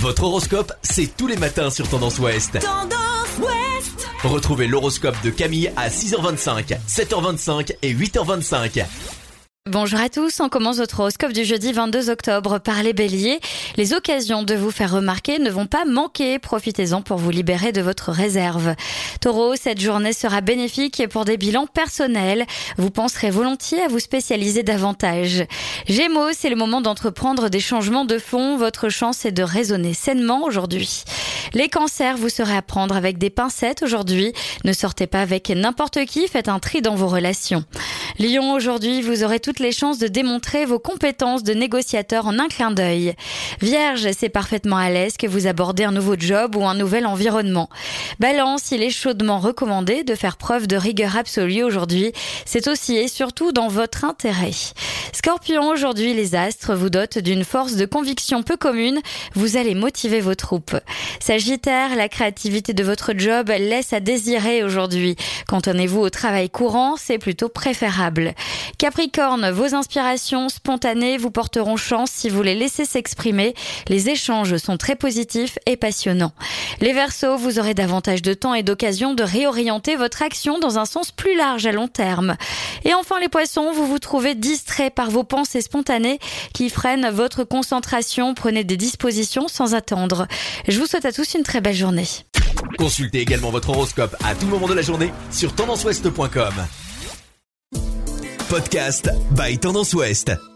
Votre horoscope, c'est tous les matins sur Tendance Ouest. Tendance Ouest. Retrouvez l'horoscope de Camille à 6h25, 7h25 et 8h25. Bonjour à tous, on commence votre horoscope du jeudi 22 octobre par les béliers. Les occasions de vous faire remarquer ne vont pas manquer, profitez-en pour vous libérer de votre réserve. Taureau, cette journée sera bénéfique pour des bilans personnels. Vous penserez volontiers à vous spécialiser davantage. Gémeaux, c'est le moment d'entreprendre des changements de fond. Votre chance est de raisonner sainement aujourd'hui. Les cancers, vous serez à prendre avec des pincettes aujourd'hui. Ne sortez pas avec n'importe qui, faites un tri dans vos relations. Lion, aujourd'hui, vous aurez toutes les chances de démontrer vos compétences de négociateur en un clin d'œil. Vierge, c'est parfaitement à l'aise que vous abordez un nouveau job ou un nouvel environnement. Balance, il est chaudement recommandé de faire preuve de rigueur absolue aujourd'hui. C'est aussi et surtout dans votre intérêt. Scorpion, aujourd'hui, les astres vous dotent d'une force de conviction peu commune. Vous allez motiver vos troupes. Sagittaire, la créativité de votre job laisse à désirer aujourd'hui. Cantonnez-vous au travail courant, c'est plutôt préférable. Capricorne, vos inspirations spontanées vous porteront chance si vous les laissez s'exprimer. Les échanges sont très positifs et passionnants. Les Verseaux, vous aurez davantage de temps et d'occasion de réorienter votre action dans un sens plus large à long terme. Et enfin les Poissons, vous vous trouvez distraits par vos pensées spontanées qui freinent votre concentration. Prenez des dispositions sans attendre. Je vous souhaite à tous une très belle journée. Consultez également votre horoscope à tout moment de la journée sur tendanceouest.com. Podcast by Tendance Ouest.